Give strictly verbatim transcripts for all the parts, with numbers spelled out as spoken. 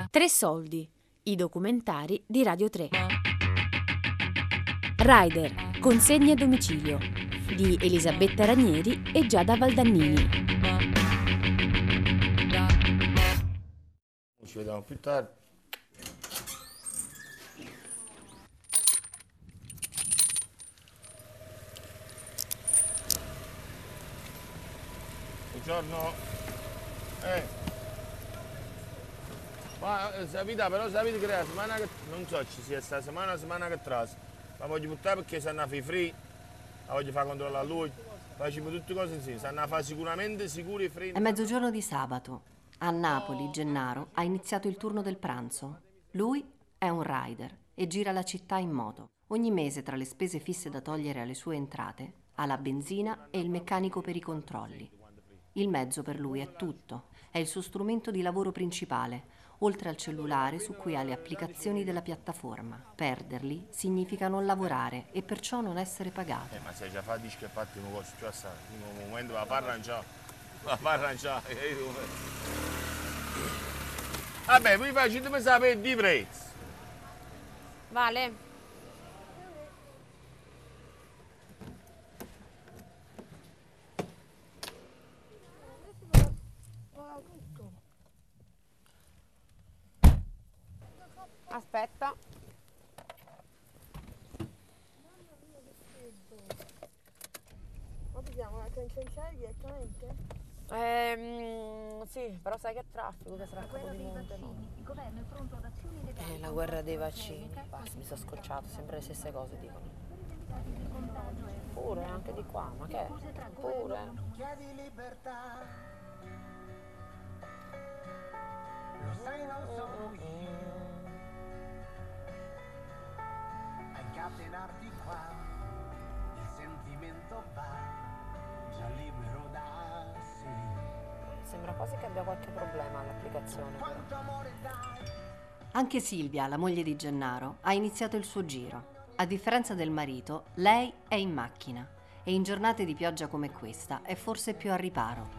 Tre soldi, i documentari di Radio tre. Rider, consegne a domicilio, di Elisabetta Ranieri e Giada Valdannini. Ci vediamo più tardi. Buongiorno. Eh. Ma sapete, però sapete che la settimana che non so ci sia sta settimana, la settimana che trasa. La voglio buttare perché sanno a fare free, la voglio fare controllare a lui, facciamo tutte cose insieme, sanno a fare sicuramente sicuri e free. È mezzogiorno di sabato. A Napoli, Gennaro ha iniziato il turno del pranzo. Lui è un rider e gira la città in moto. Ogni mese, tra le spese fisse da togliere alle sue entrate, ha la benzina e il meccanico per i controlli. Il mezzo per lui è tutto, è il suo strumento di lavoro principale, oltre al cellulare su cui ha le applicazioni della piattaforma. Perderli significa non lavorare e perciò non essere pagato. Eh, ma se già fa di schiappati una cosa, cioè sta, in un momento va a arrangiare, va a arrangiare. Vabbè, poi facciamo sapere di prezzi. Vale. Aspetta. Ma dobbiamo cancellare direttamente? Ehm, sì, però sai che traffico che sarà a Capodimonte, no? Il governo è pronto ad azioni legali. Eh, la guerra dei vaccini. Basta, mi sono scocciato, sempre le stesse cose dicono. Pure, anche di qua, ma che? Pure. Chiedi libertà. Lo sai, non sono io. A incatenarti qua, il sentimento va già libero da sé. Sembra quasi che abbia qualche problema all'applicazione. Quanto amore dai. Anche Silvia, la moglie di Gennaro, ha iniziato il suo giro. A differenza del marito, lei è in macchina e in giornate di pioggia come questa è forse più al riparo.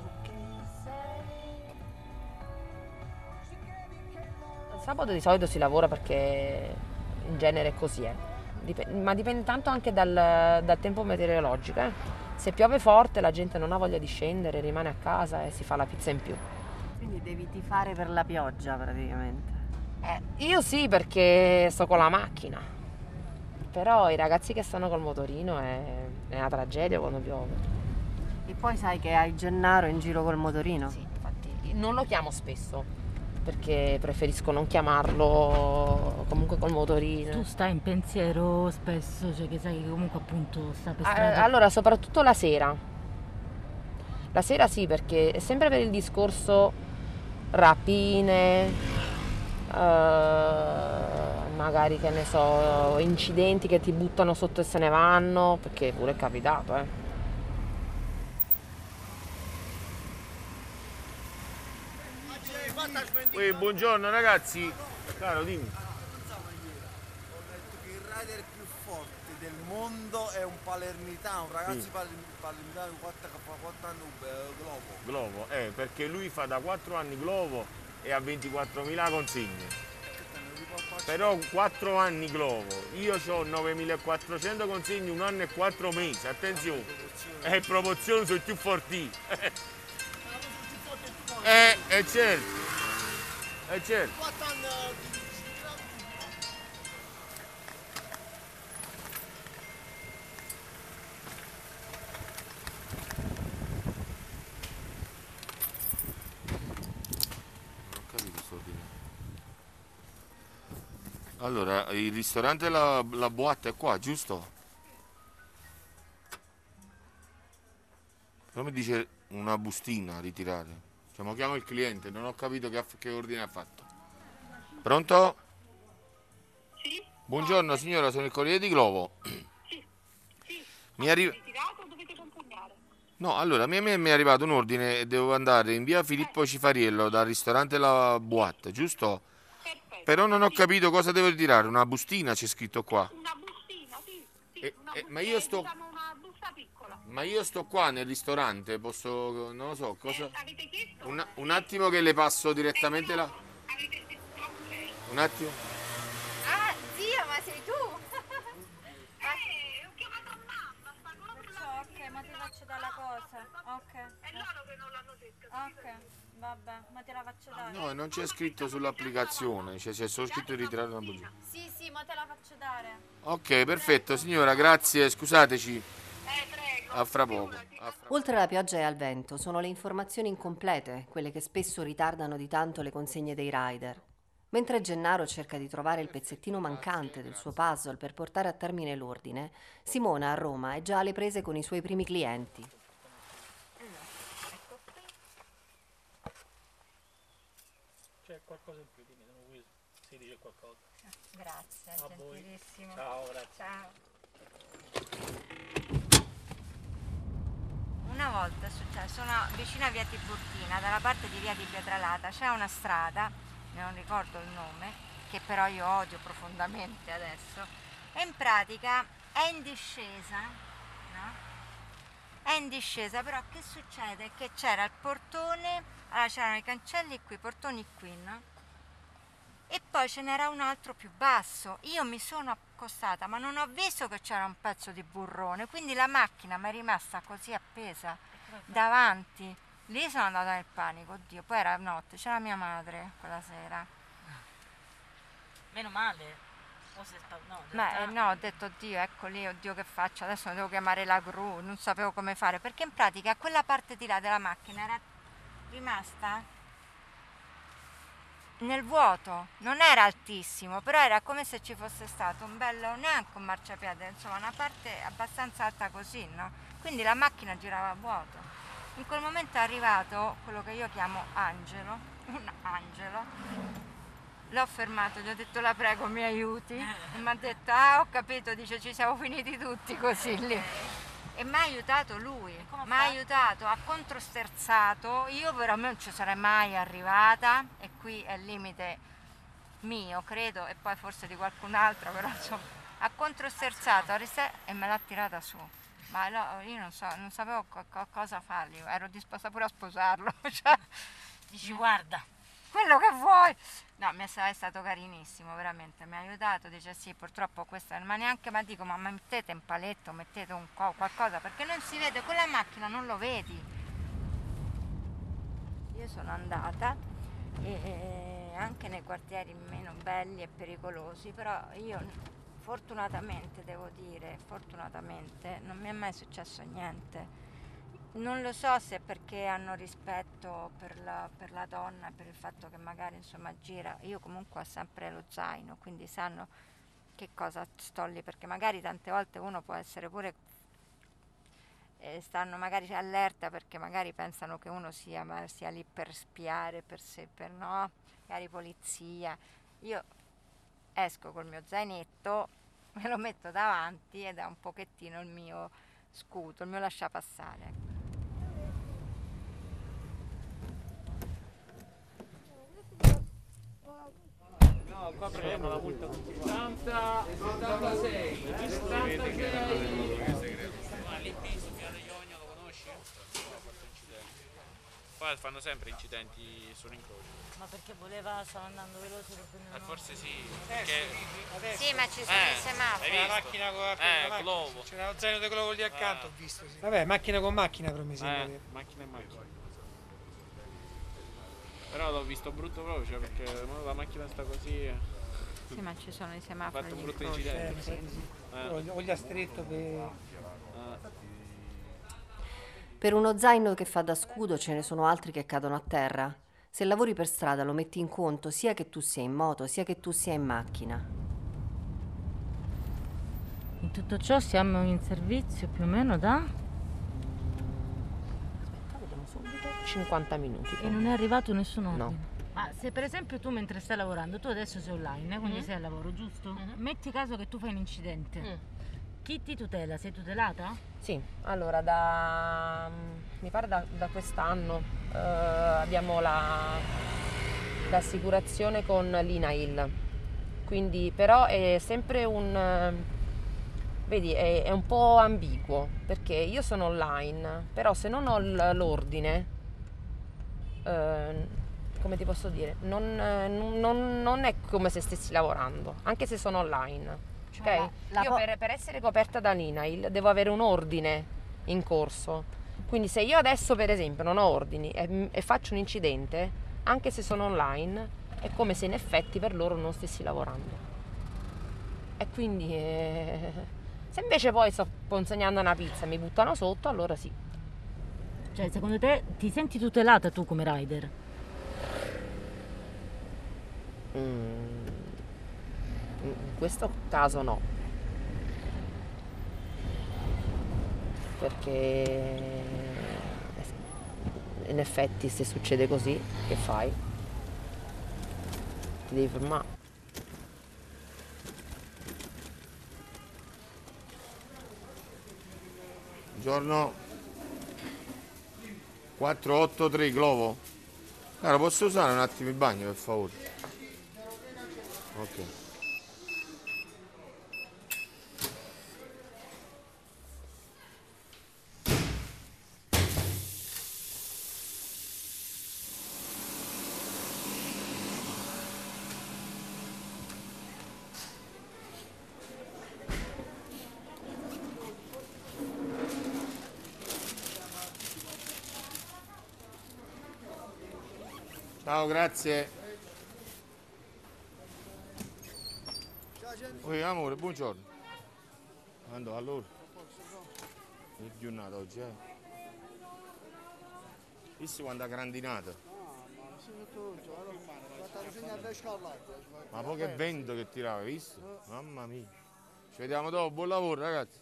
Il sabato di solito si lavora perché in genere così è, Dip- ma dipende tanto anche dal, dal tempo meteorologico. Eh. Se piove forte la gente non ha voglia di scendere, rimane a casa e si fa la pizza in più. Quindi devi tifare per la pioggia praticamente. Eh, io sì, perché sto con la macchina, però i ragazzi che stanno col motorino è, è una tragedia quando piove. E poi sai che hai Gennaro in giro col motorino? Sì, infatti non lo chiamo spesso, perché preferisco non chiamarlo comunque col motorino. Tu stai in pensiero spesso, cioè che sai che comunque appunto sta per strada. Eh, allora, soprattutto la sera. La sera sì, perché è sempre per il discorso rapine, eh, magari che ne so, incidenti che ti buttano sotto e se ne vanno, perché pure è capitato, eh. Uè, buongiorno ragazzi. Caro, dimmi. Ho detto che il rider più forte del mondo è un palermitano, un ragazzo Sì. palermitano di quattro anni, eh, Globo. Glovo, eh, perché lui fa da quattro anni Glovo e ha ventiquattromila consegne. Però quattro anni Glovo, io ho novemilaquattrocento consegne, un anno e quattro mesi, attenzione. E promozione sui più forti. Eh, eh certo. Eh certo. quattro anni Non ho capito sto ordine. Allora, il ristorante la, la boatta è qua, giusto? Però mi dice una bustina a ritirare. Cioè, mo chiamo il cliente, non ho capito che, ha- che ordine ha fatto. Pronto? Sì? Buongiorno signora, sono il Corriere di Glovo. Sì. Sì. Mi arriva... Ritirato o dovete consegnare? No, allora, a me mi è arrivato un ordine e devo andare in via Filippo Cifariello dal ristorante La Boatte, giusto? Perfetto. Però non ho capito cosa devo ritirare, una bustina c'è scritto qua. Una bustina, sì. sì Eh, una eh, bustina, ma io sto- diciamo una busta piccola. Ma io sto qua nel ristorante, posso... non lo so, cosa... Eh, avete chiesto? Un, un attimo che le passo direttamente là. Avete, Un attimo. Ah, zio, ma sei tu? Eh, ho chiamato a mamma, sta cosa. Ok, ma ti faccio dare la cosa. Ok. È loro che non l'hanno detto. Ok, vabbè, ma te la faccio dare. No, non c'è scritto sull'applicazione, cioè c'è solo scritto di ritirare una bottiglia. Sì, sì, ma te la faccio dare. Ok, perfetto, signora, grazie, scusateci. Eh, prego. A fra poco. A fra... Oltre alla pioggia e al vento, sono le informazioni incomplete, quelle che spesso ritardano di tanto le consegne dei rider. Mentre Gennaro cerca di trovare il pezzettino mancante del suo puzzle per portare a termine l'ordine, Simona a Roma è già alle prese con i suoi primi clienti. C'è qualcosa in più, dimmi, non vuoi si dice qualcosa. Grazie, A voi. gentilissimo. Ciao, grazie. Ciao. Una volta è successo, sono vicino a via Tiburtina, dalla parte di via di Pietralata c'è una strada, non ricordo il nome, che però io odio profondamente adesso, e in pratica è in discesa, no? È in discesa, però che succede? Che c'era il portone, allora c'erano i cancelli qui, i portoni qui, no? E poi ce n'era un altro più basso. Io mi sono accostata, ma non ho visto che c'era un pezzo di burrone, quindi la macchina mi è rimasta così appesa davanti. Lì sono andata nel panico, oddio, poi era notte, c'era mia madre quella sera. Meno male. O se sta... no, Ma eh, no, ho detto oddio, ecco lì, oddio che faccio, adesso devo chiamare la gru, non sapevo come fare, perché in pratica quella parte di là della macchina era rimasta nel vuoto, non era altissimo, però era come se ci fosse stato un bello, neanche un marciapiede, insomma una parte abbastanza alta così, no? Quindi la macchina girava a vuoto. In quel momento è arrivato quello che io chiamo angelo, un angelo, l'ho fermato, gli ho detto la prego mi aiuti, e mi ha detto ah ho capito, dice ci siamo finiti tutti così lì. E mi ha aiutato lui, mi ha aiutato, ha controsterzato, io però non ci sarei mai arrivata e qui è il limite mio credo e poi forse di qualcun altro, però insomma ha controsterzato e me l'ha tirata su, ma no, io non so, non sapevo co- co- cosa fargli, ero disposta pure a sposarlo, cioè, dici guarda, quello che vuoi. No, mi è stato carinissimo, veramente, mi ha aiutato, dice sì, purtroppo questa, ma neanche, ma dico, ma mettete un paletto, mettete un co- qualcosa, perché non si vede, quella macchina non lo vedi. Io sono andata, e, e anche nei quartieri meno belli e pericolosi, però io fortunatamente, devo dire, fortunatamente, non mi è mai successo niente. Non lo so se è perché hanno rispetto per la, per la donna, per il fatto che magari insomma gira, io comunque ho sempre lo zaino, quindi sanno che cosa sto lì, perché magari tante volte uno può essere pure, eh, stanno magari allerta perché magari pensano che uno sia, ma sia lì per spiare, per sé, per no, magari polizia. Io esco col mio zainetto, me lo metto davanti ed è un pochettino il mio scudo, il mio lasciapassare. No, qua prendiamo la multa con settanta, settantasei, settantasei. Ma lì Piso, Via degli Ogni, lo conosci? Qua fanno sempre incidenti sull'incrocio. ma perché voleva, stava andando veloce per prendere Eh, una... forse sì, perché... Sì, ma ci sono Eh, i semafori. hai visto? La macchina con la Eh, macchina. Glovo. C'era lo zaino di Glovo lì accanto, Eh. ho visto. Sì. Vabbè, macchina con macchina però mi sembra. Eh, macchina e macchina. Però l'ho visto brutto proprio, cioè perché mo la macchina sta così. eh. Sì, ma ci sono i Ha semafori. fatto un di brutto incrocio. Eh, incidente. mi sa di sì. Eh. O, o gli ha stretto per... Eh. Per uno zaino che fa da scudo ce ne sono altri che cadono a terra. Se lavori per strada lo metti in conto sia che tu sia in moto sia che tu sia in macchina. In tutto ciò siamo in servizio più o meno da... Vediamo subito. cinquanta minuti. E non è arrivato nessun ordine. No. Ma se per esempio tu mentre stai lavorando, tu adesso sei online, eh, quindi Mm. sei al lavoro, giusto? Mhm. Metti caso che tu fai un incidente. Mm. Chi ti tutela? Sei tutelata? Sì, allora da mi pare da, da quest'anno eh, abbiamo la, l'assicurazione con l'I N A I L, quindi però è sempre un eh, vedi è, è un po' ambiguo perché io sono online, però se non ho l- l'ordine eh, come ti posso dire, non, eh, non- non è come se stessi lavorando, anche se sono online. Ok? la- la Io po- per, per essere coperta dall'I N A I L devo avere un ordine in corso. Quindi se io adesso per esempio non ho ordini e, e faccio un incidente, anche se sono online, è come se in effetti per loro non stessi lavorando. E quindi eh, se invece poi sto consegnando una pizza e mi buttano sotto, allora sì. Cioè, secondo te ti senti tutelata tu come rider? Mm, in questo caso no, perché in effetti se succede così, che fai? Ti devi fermare. Buongiorno. quattro otto tre Glovo. Cara, posso usare un attimo il bagno per favore? Ok. Ciao, grazie. Oi, amore, buongiorno. Andò allora. È giornata oggi, eh? Visto quando ha grandinato? Ma poi che vento che tirava, hai visto? Mamma mia. Ci vediamo dopo, buon lavoro ragazzi.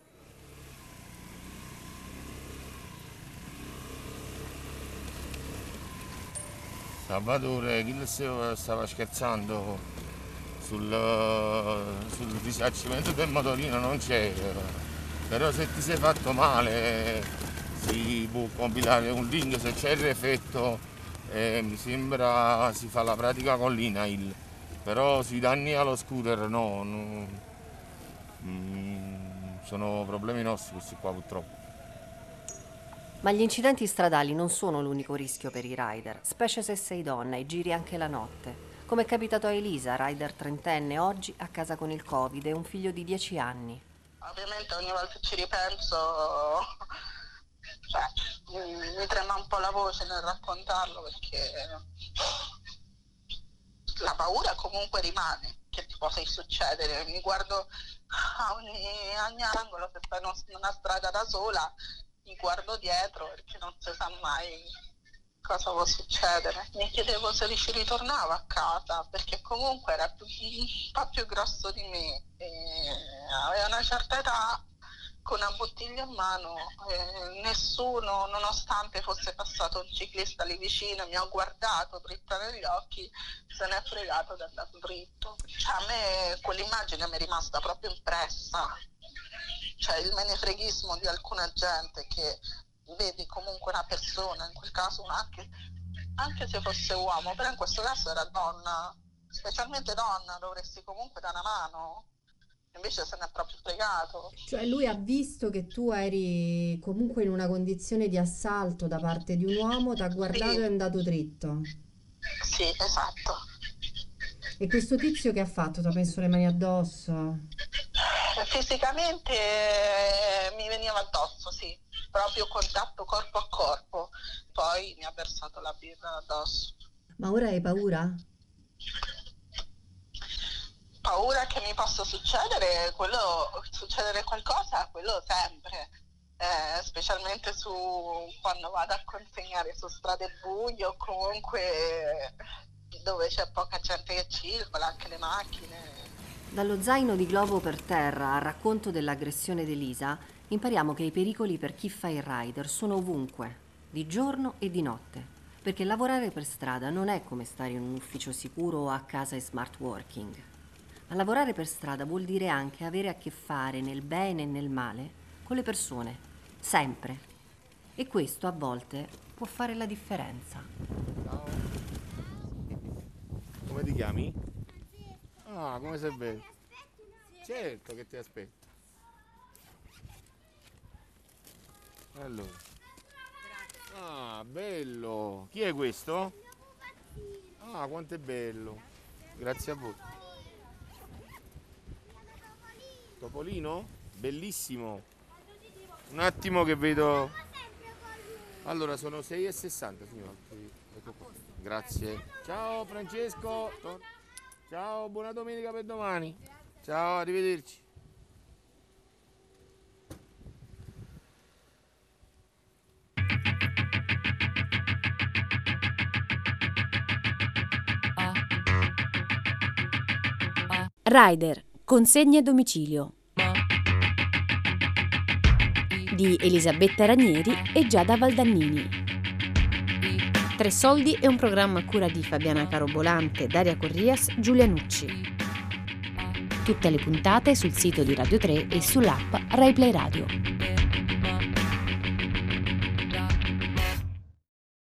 Salvatore, chi stava scherzando sul, sul risarcimento del motorino non c'è, però se ti sei fatto male si può compilare un link, se c'è il refetto eh, mi sembra si fa la pratica con l'I N A I L, però sui danni allo scooter no, no mm, sono problemi nostri questi qua purtroppo. Ma gli incidenti stradali non sono l'unico rischio per i rider, specie se sei donna e giri anche la notte. Come è capitato a Elisa, rider trentenne, oggi a casa con il Covid e un figlio di dieci anni. Ovviamente ogni volta che ci ripenso, cioè, mi, mi trema un po' la voce nel raccontarlo perché la paura comunque rimane che ti possa succedere. Mi guardo a ogni, ogni angolo, se stai in una strada da sola, mi guardo dietro perché non si sa mai cosa può succedere. Mi chiedevo se ci ritornavo a casa perché comunque era più, un po' più grosso di me e aveva una certa età, con una bottiglia in mano, eh, nessuno, nonostante fosse passato un ciclista lì vicino, mi ha guardato dritto negli occhi, se ne è fregato ed è andato dritto. Cioè, a me quell'immagine mi è rimasta proprio impressa. Cioè il menefreghismo di alcuna gente che vedi comunque una persona, in quel caso anche, anche se fosse uomo, però in questo caso era donna, specialmente donna, dovresti comunque dare una mano, invece se ne è proprio fregato. Cioè lui ha visto che tu eri comunque in una condizione di assalto da parte di un uomo, ti ha guardato Sì. e è andato dritto. Sì, esatto. E questo tizio che ha fatto? Ti ha messo le mani addosso? Fisicamente eh, mi veniva addosso, sì, proprio contatto corpo a corpo, poi mi ha versato la birra addosso. Ma ora hai paura? Paura che mi possa succedere, quello, succedere qualcosa, quello sempre, eh, specialmente su quando vado a consegnare su strade buie o comunque dove c'è poca gente che circola, anche le macchine. Dallo zaino di Glovo per terra al racconto dell'aggressione di Elisa, impariamo che i pericoli per chi fa il rider sono ovunque, di giorno e di notte, perché lavorare per strada non è come stare in un ufficio sicuro o a casa in smart working. Ma lavorare per strada vuol dire anche avere a che fare nel bene e nel male con le persone, sempre. E questo a volte può fare la differenza. Ciao. Come ti chiami? Ah, come sei bello? Certo che ti aspetto. Allora. Ah, bello. Chi è questo? Ah, quanto è bello. Grazie a voi. Topolino? Bellissimo. Un attimo che vedo. Allora, sono sei e sessanta, signora. Ecco qua. Grazie. Ciao Francesco. Ciao, buona domenica per domani. Ciao, arrivederci. Rider, consegne a domicilio di Elisabetta Ranieri e Giada Valdannini. Tre soldi è un programma a cura di Fabiana Carobolante, Daria Corrias, Giulia Nucci. Tutte le puntate sul sito di Radio tre e sull'app Rai Play Radio.